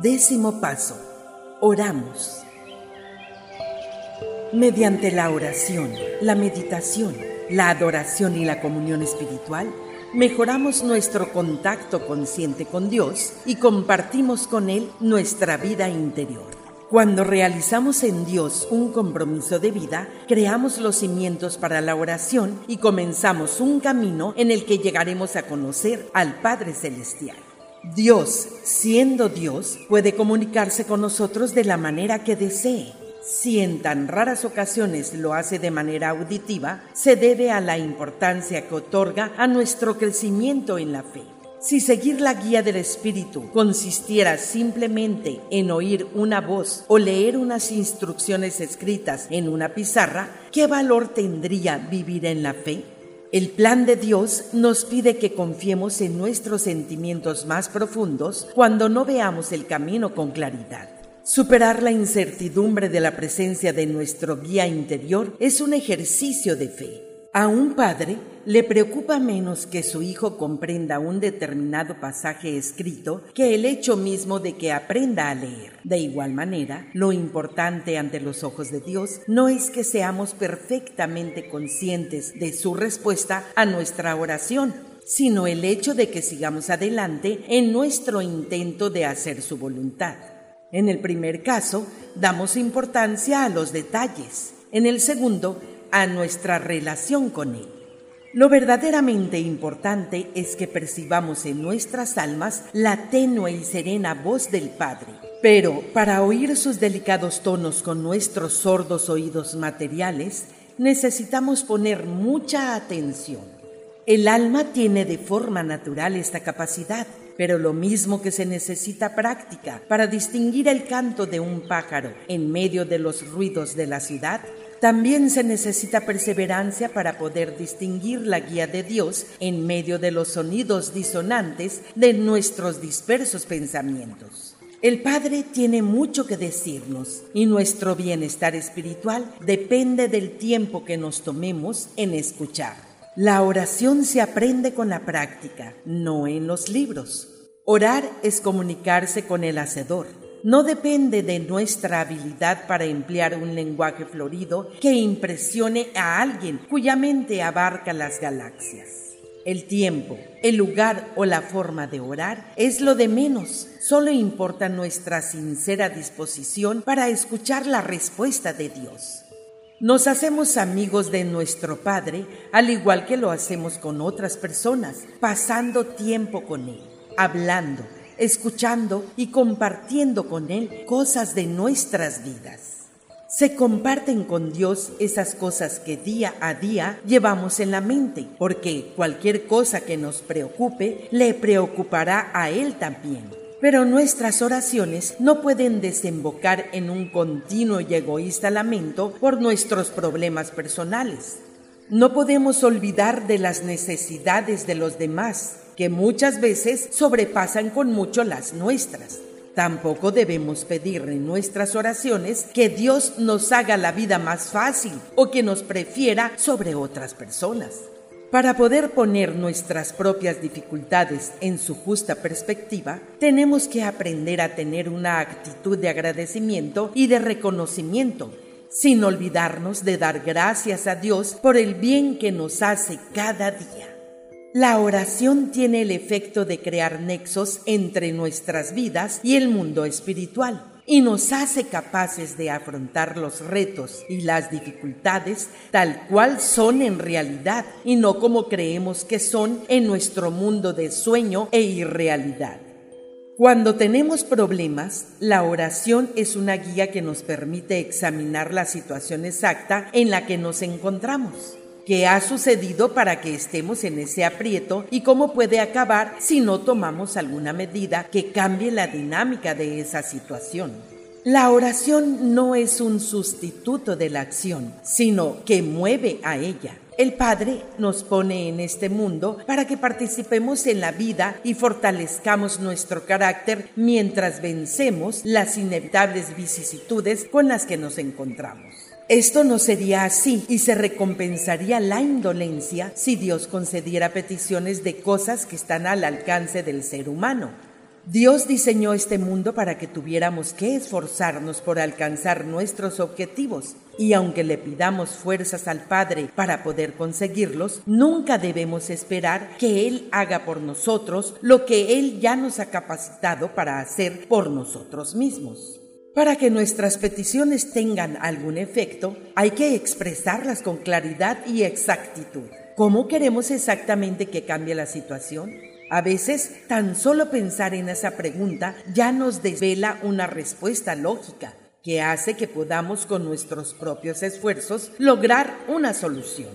10º paso. Oramos. Mediante la oración, la meditación, la adoración y la comunión espiritual, mejoramos nuestro contacto consciente con Dios y compartimos con Él nuestra vida interior. Cuando realizamos en Dios un compromiso de vida, creamos los cimientos para la oración y comenzamos un camino en el que llegaremos a conocer al Padre Celestial. Dios, siendo Dios, puede comunicarse con nosotros de la manera que desee. Si en tan raras ocasiones lo hace de manera auditiva, se debe a la importancia que otorga a nuestro crecimiento en la fe. Si seguir la guía del Espíritu consistiera simplemente en oír una voz o leer unas instrucciones escritas en una pizarra, ¿qué valor tendría vivir en la fe? El plan de Dios nos pide que confiemos en nuestros sentimientos más profundos cuando no veamos el camino con claridad. Superar la incertidumbre de la presencia de nuestro guía interior es un ejercicio de fe. A un padre le preocupa menos que su hijo comprenda un determinado pasaje escrito que el hecho mismo de que aprenda a leer. De igual manera, lo importante ante los ojos de Dios no es que seamos perfectamente conscientes de su respuesta a nuestra oración, sino el hecho de que sigamos adelante en nuestro intento de hacer su voluntad. En el primer caso, damos importancia a los detalles. En el segundo, a nuestra relación con Él. Lo verdaderamente importante es que percibamos en nuestras almas la tenue y serena voz del Padre. Pero para oír sus delicados tonos con nuestros sordos oídos materiales, necesitamos poner mucha atención. El alma tiene de forma natural esta capacidad, pero lo mismo que se necesita práctica para distinguir el canto de un pájaro en medio de los ruidos de la ciudad, también se necesita perseverancia para poder distinguir la guía de Dios en medio de los sonidos disonantes de nuestros dispersos pensamientos. El Padre tiene mucho que decirnos y nuestro bienestar espiritual depende del tiempo que nos tomemos en escuchar. La oración se aprende con la práctica, no en los libros. Orar es comunicarse con el Hacedor. No depende de nuestra habilidad para emplear un lenguaje florido que impresione a alguien cuya mente abarca las galaxias. El tiempo, el lugar o la forma de orar es lo de menos. Solo importa nuestra sincera disposición para escuchar la respuesta de Dios. Nos hacemos amigos de nuestro Padre, al igual que lo hacemos con otras personas, pasando tiempo con Él, hablando, escuchando y compartiendo con Él cosas de nuestras vidas. Se comparten con Dios esas cosas que día a día llevamos en la mente, porque cualquier cosa que nos preocupe, le preocupará a Él también. Pero nuestras oraciones no pueden desembocar en un continuo y egoísta lamento por nuestros problemas personales. No podemos olvidar de las necesidades de los demás, que muchas veces sobrepasan con mucho las nuestras. Tampoco debemos pedir en nuestras oraciones que Dios nos haga la vida más fácil o que nos prefiera sobre otras personas. Para poder poner nuestras propias dificultades en su justa perspectiva, tenemos que aprender a tener una actitud de agradecimiento y de reconocimiento, sin olvidarnos de dar gracias a Dios por el bien que nos hace cada día. La oración tiene el efecto de crear nexos entre nuestras vidas y el mundo espiritual, y nos hace capaces de afrontar los retos y las dificultades tal cual son en realidad y no como creemos que son en nuestro mundo de sueño e irrealidad. Cuando tenemos problemas, la oración es una guía que nos permite examinar la situación exacta en la que nos encontramos. ¿Qué ha sucedido para que estemos en ese aprieto y cómo puede acabar si no tomamos alguna medida que cambie la dinámica de esa situación? La oración no es un sustituto de la acción, sino que mueve a ella. El Padre nos pone en este mundo para que participemos en la vida y fortalezcamos nuestro carácter mientras vencemos las inevitables vicisitudes con las que nos encontramos. Esto no sería así y se recompensaría la indolencia si Dios concediera peticiones de cosas que están al alcance del ser humano. Dios diseñó este mundo para que tuviéramos que esforzarnos por alcanzar nuestros objetivos, y aunque le pidamos fuerzas al Padre para poder conseguirlos, nunca debemos esperar que Él haga por nosotros lo que Él ya nos ha capacitado para hacer por nosotros mismos. Para que nuestras peticiones tengan algún efecto, hay que expresarlas con claridad y exactitud. ¿Cómo queremos exactamente que cambie la situación? A veces, tan solo pensar en esa pregunta ya nos desvela una respuesta lógica que hace que podamos con nuestros propios esfuerzos lograr una solución.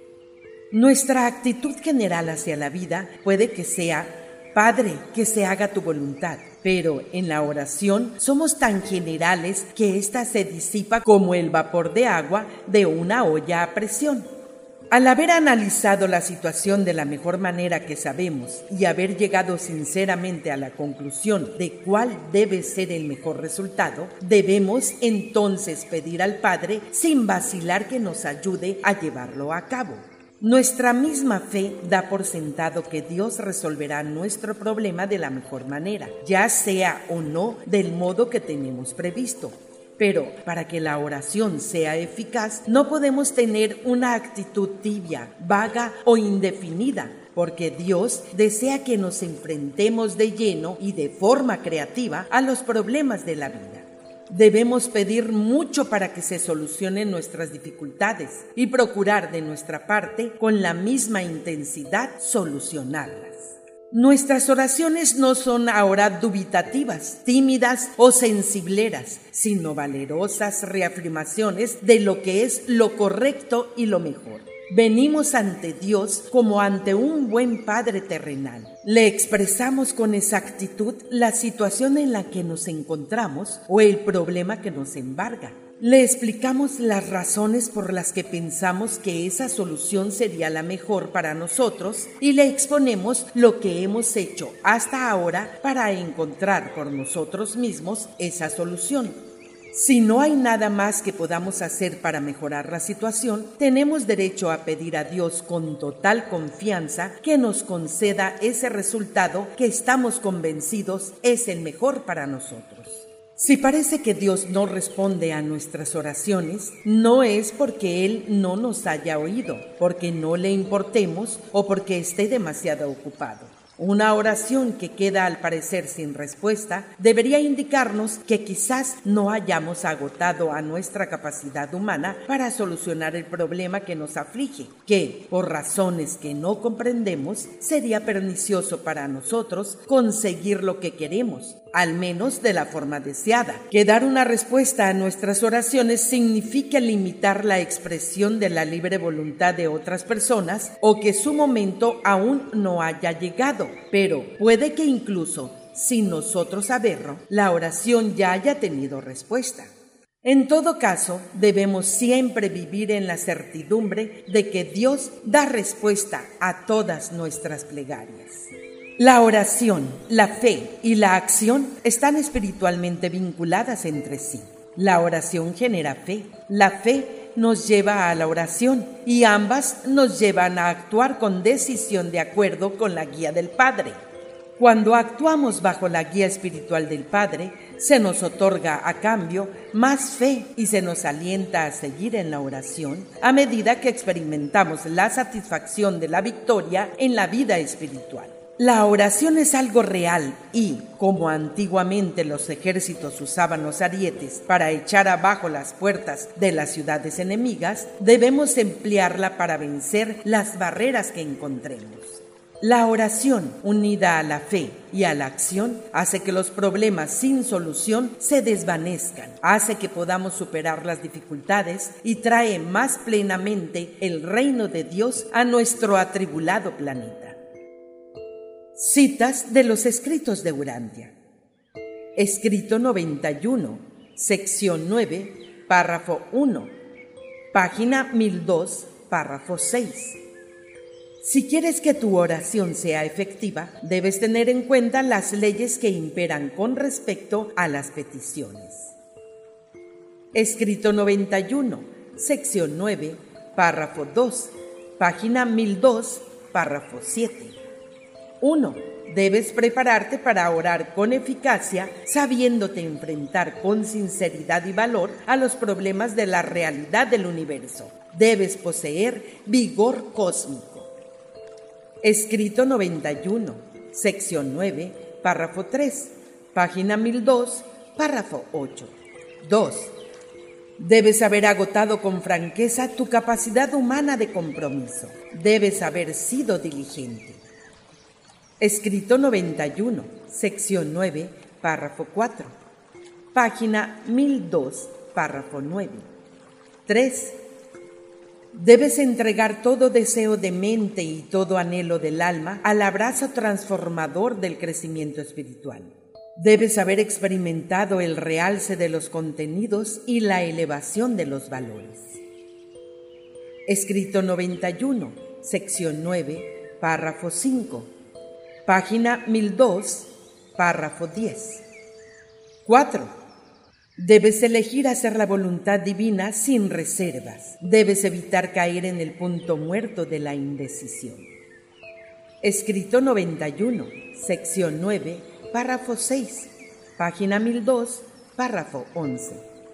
Nuestra actitud general hacia la vida puede que sea: Padre, que se haga tu voluntad. Pero en la oración somos tan generales que ésta se disipa como el vapor de agua de una olla a presión. Al haber analizado la situación de la mejor manera que sabemos y haber llegado sinceramente a la conclusión de cuál debe ser el mejor resultado, debemos entonces pedir al Padre sin vacilar que nos ayude a llevarlo a cabo. Nuestra misma fe da por sentado que Dios resolverá nuestro problema de la mejor manera, ya sea o no del modo que tenemos previsto. Pero para que la oración sea eficaz, no podemos tener una actitud tibia, vaga o indefinida, porque Dios desea que nos enfrentemos de lleno y de forma creativa a los problemas de la vida. Debemos pedir mucho para que se solucionen nuestras dificultades y procurar de nuestra parte, con la misma intensidad, solucionarlas. Nuestras oraciones no son ahora dubitativas, tímidas o sensibleras, sino valerosas reafirmaciones de lo que es lo correcto y lo mejor. Venimos ante Dios como ante un buen Padre terrenal. Le expresamos con exactitud la situación en la que nos encontramos o el problema que nos embarga. Le explicamos las razones por las que pensamos que esa solución sería la mejor para nosotros y le exponemos lo que hemos hecho hasta ahora para encontrar por nosotros mismos esa solución. Si no hay nada más que podamos hacer para mejorar la situación, tenemos derecho a pedir a Dios con total confianza que nos conceda ese resultado que estamos convencidos es el mejor para nosotros. Si parece que Dios no responde a nuestras oraciones, no es porque Él no nos haya oído, porque no le importemos o porque esté demasiado ocupado. Una oración que queda al parecer sin respuesta debería indicarnos que quizás no hayamos agotado a nuestra capacidad humana para solucionar el problema que nos aflige, que, por razones que no comprendemos, sería pernicioso para nosotros conseguir lo que queremos, al menos de la forma deseada. Que dar una respuesta a nuestras oraciones significa limitar la expresión de la libre voluntad de otras personas o que su momento aún no haya llegado, pero puede que incluso, sin nosotros saberlo, la oración ya haya tenido respuesta. En todo caso, debemos siempre vivir en la certidumbre de que Dios da respuesta a todas nuestras plegarias. La oración, la fe y la acción están espiritualmente vinculadas entre sí. La oración genera fe, la fe nos lleva a la oración y ambas nos llevan a actuar con decisión de acuerdo con la guía del Padre. Cuando actuamos bajo la guía espiritual del Padre, se nos otorga a cambio más fe y se nos alienta a seguir en la oración a medida que experimentamos la satisfacción de la victoria en la vida espiritual. La oración es algo real y, como antiguamente los ejércitos usaban los arietes para echar abajo las puertas de las ciudades enemigas, debemos emplearla para vencer las barreras que encontremos. La oración, unida a la fe y a la acción, hace que los problemas sin solución se desvanezcan, hace que podamos superar las dificultades y trae más plenamente el reino de Dios a nuestro atribulado planeta. Citas de los escritos de Urantia. Escrito 91, sección 9, párrafo 1, página 1002, párrafo 6. Si quieres que tu oración sea efectiva, debes tener en cuenta las leyes que imperan con respecto a las peticiones. Escrito 91, sección 9, párrafo 2, página 1002, párrafo 7. 1. Debes prepararte para orar con eficacia, sabiéndote enfrentar con sinceridad y valor a los problemas de la realidad del universo. Debes poseer vigor cósmico. Escrito 91, sección 9, párrafo 3, página 1002, párrafo 8. 2. Debes haber agotado con franqueza tu capacidad humana de compromiso. Debes haber sido diligente. Escrito 91, sección 9, párrafo 4, página 1002, párrafo 9. 3. Debes entregar todo deseo de mente y todo anhelo del alma al abrazo transformador del crecimiento espiritual. Debes haber experimentado el realce de los contenidos y la elevación de los valores. Escrito 91, sección 9, párrafo 5, página 1002, párrafo 10. 4. Debes elegir hacer la voluntad divina sin reservas. Debes evitar caer en el punto muerto de la indecisión. Escrito 91, sección 9, párrafo 6, página 1002, párrafo 11.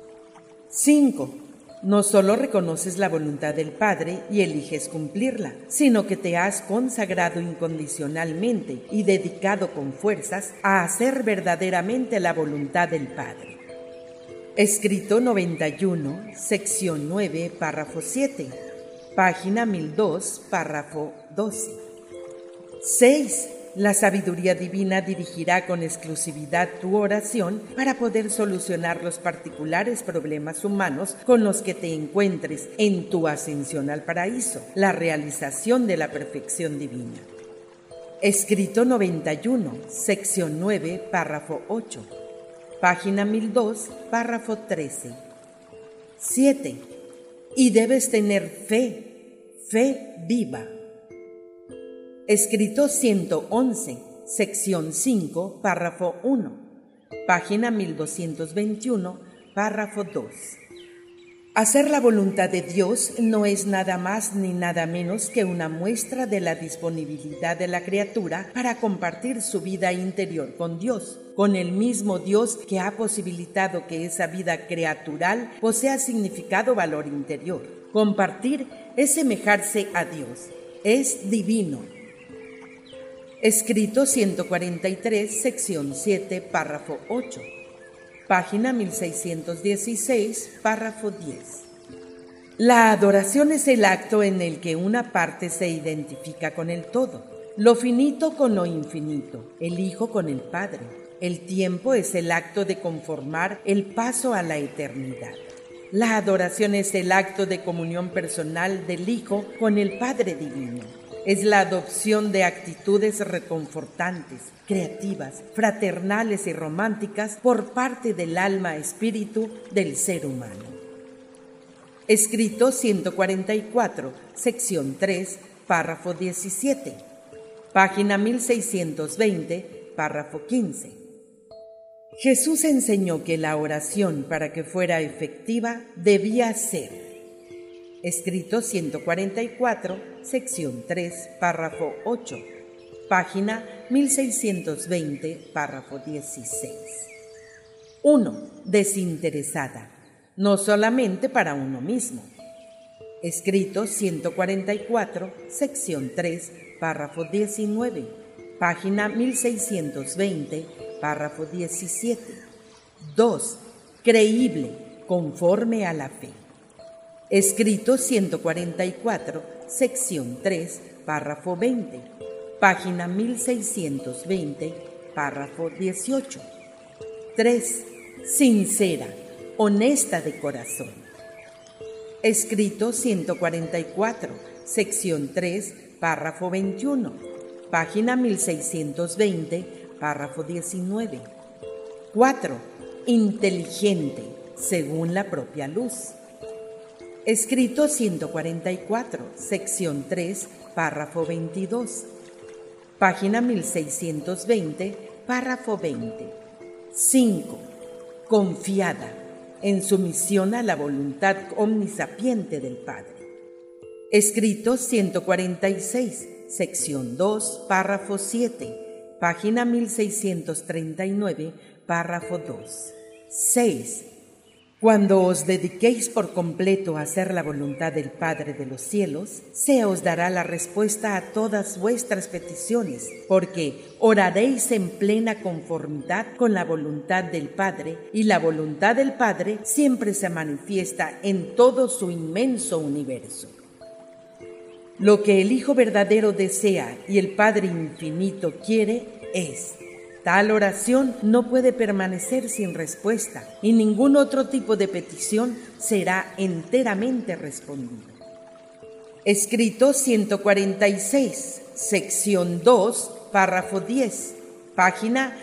5. No solo reconoces la voluntad del Padre y eliges cumplirla, sino que te has consagrado incondicionalmente y dedicado con fuerzas a hacer verdaderamente la voluntad del Padre. Escrito 91, sección 9, párrafo 7, página 1002, párrafo 12. 6. La sabiduría divina dirigirá con exclusividad tu oración para poder solucionar los particulares problemas humanos con los que te encuentres en tu ascensión al paraíso, la realización de la perfección divina. Escrito 91, sección 9, párrafo 8, página 1002, párrafo 13. 7. Y debes tener fe viva. Escrito 111, sección 5, párrafo 1, página 1221, párrafo 2. Hacer la voluntad de Dios no es nada más ni nada menos que una muestra de la disponibilidad de la criatura para compartir su vida interior con Dios, con el mismo Dios que ha posibilitado que esa vida criatural posea significado valor interior. Compartir es semejarse a Dios, es divino. Escrito 143, sección 7, párrafo 8, página 1616, párrafo 10. La adoración es el acto en el que una parte se identifica con el todo, lo finito con lo infinito, el Hijo con el Padre. El tiempo es el acto de conformar el paso a la eternidad. La adoración es el acto de comunión personal del Hijo con el Padre Divino. Es la adopción de actitudes reconfortantes, creativas, fraternales y románticas por parte del alma-espíritu del ser humano. Escrito 144, sección 3, párrafo 17, página 1620, párrafo 15. Jesús enseñó que la oración, para que fuera efectiva, debía ser. Escrito 144, sección 3, párrafo 8, página 1620, párrafo 16. 1. Desinteresada, no solamente para uno mismo. Escrito 144, sección 3, párrafo 19, página 1620, párrafo 17. 2. Creíble, conforme a la fe. Escrito 144, sección 3, párrafo 20, página 1620, párrafo 18. 3. Sincera, honesta de corazón. Escrito 144, sección 3, párrafo 21, página 1620, párrafo 19. 4. Inteligente, según la propia luz. Escrito 144, sección 3, párrafo 22, página 1620, párrafo 20. 5. Confiada, en sumisión a la voluntad omnisapiente del Padre. Escrito 146, sección 2, párrafo 7, página 1639, párrafo 2. 6. Cuando os dediquéis por completo a hacer la voluntad del Padre de los cielos, se os dará la respuesta a todas vuestras peticiones, porque oraréis en plena conformidad con la voluntad del Padre, y la voluntad del Padre siempre se manifiesta en todo su inmenso universo. Lo que el Hijo verdadero desea y el Padre infinito quiere es: tal oración no puede permanecer sin respuesta y ningún otro tipo de petición será enteramente respondida. Escrito 146, sección 2, párrafo 10, página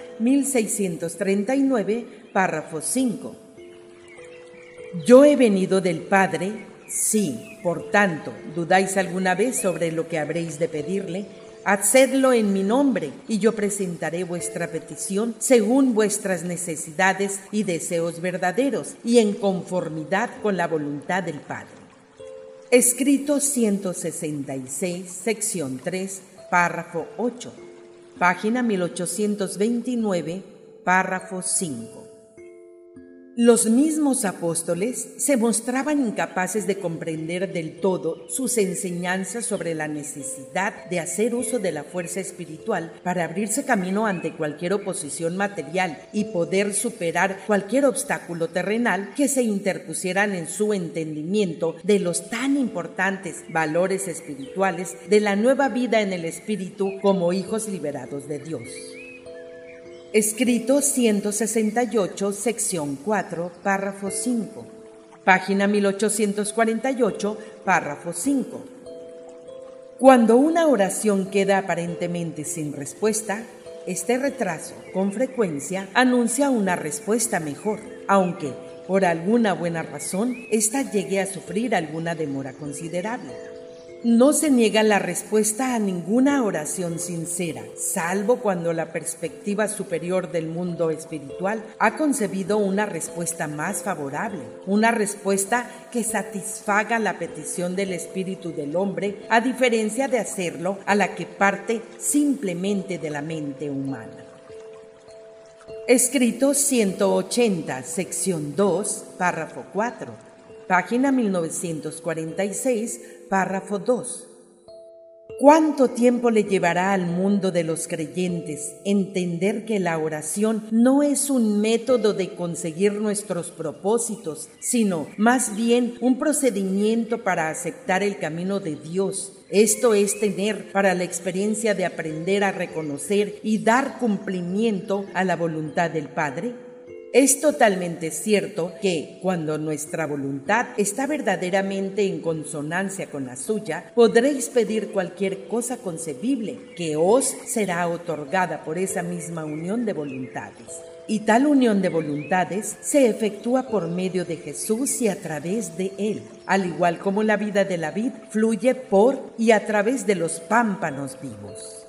1639, párrafo 5. Yo he venido del Padre, sí, por tanto, ¿dudáis alguna vez sobre lo que habréis de pedirle? Hacedlo en mi nombre, y yo presentaré vuestra petición según vuestras necesidades y deseos verdaderos, y en conformidad con la voluntad del Padre. Escrito 166, sección 3, párrafo 8, página 1829, párrafo 5. Los mismos apóstoles se mostraban incapaces de comprender del todo sus enseñanzas sobre la necesidad de hacer uso de la fuerza espiritual para abrirse camino ante cualquier oposición material y poder superar cualquier obstáculo terrenal que se interpusieran en su entendimiento de los tan importantes valores espirituales de la nueva vida en el Espíritu como hijos liberados de Dios. Escrito 168, sección 4, párrafo 5, página 1848, párrafo 5. Cuando una oración queda aparentemente sin respuesta, este retraso, con frecuencia, anuncia una respuesta mejor, aunque, por alguna buena razón, ésta llegue a sufrir alguna demora considerable. No se niega la respuesta a ninguna oración sincera, salvo cuando la perspectiva superior del mundo espiritual ha concebido una respuesta más favorable, una respuesta que satisfaga la petición del espíritu del hombre, a diferencia de hacerlo a la que parte simplemente de la mente humana. Escrito 180, sección 2, párrafo 4. Página 1946, párrafo 2. ¿Cuánto tiempo le llevará al mundo de los creyentes entender que la oración no es un método de conseguir nuestros propósitos, sino más bien un procedimiento para aceptar el camino de Dios? Esto es tener para la experiencia de aprender a reconocer y dar cumplimiento a la voluntad del Padre. Es totalmente cierto que, cuando nuestra voluntad está verdaderamente en consonancia con la suya, podréis pedir cualquier cosa concebible, que os será otorgada por esa misma unión de voluntades. Y tal unión de voluntades se efectúa por medio de Jesús y a través de Él, al igual como la vida de la vid fluye por y a través de los pámpanos vivos.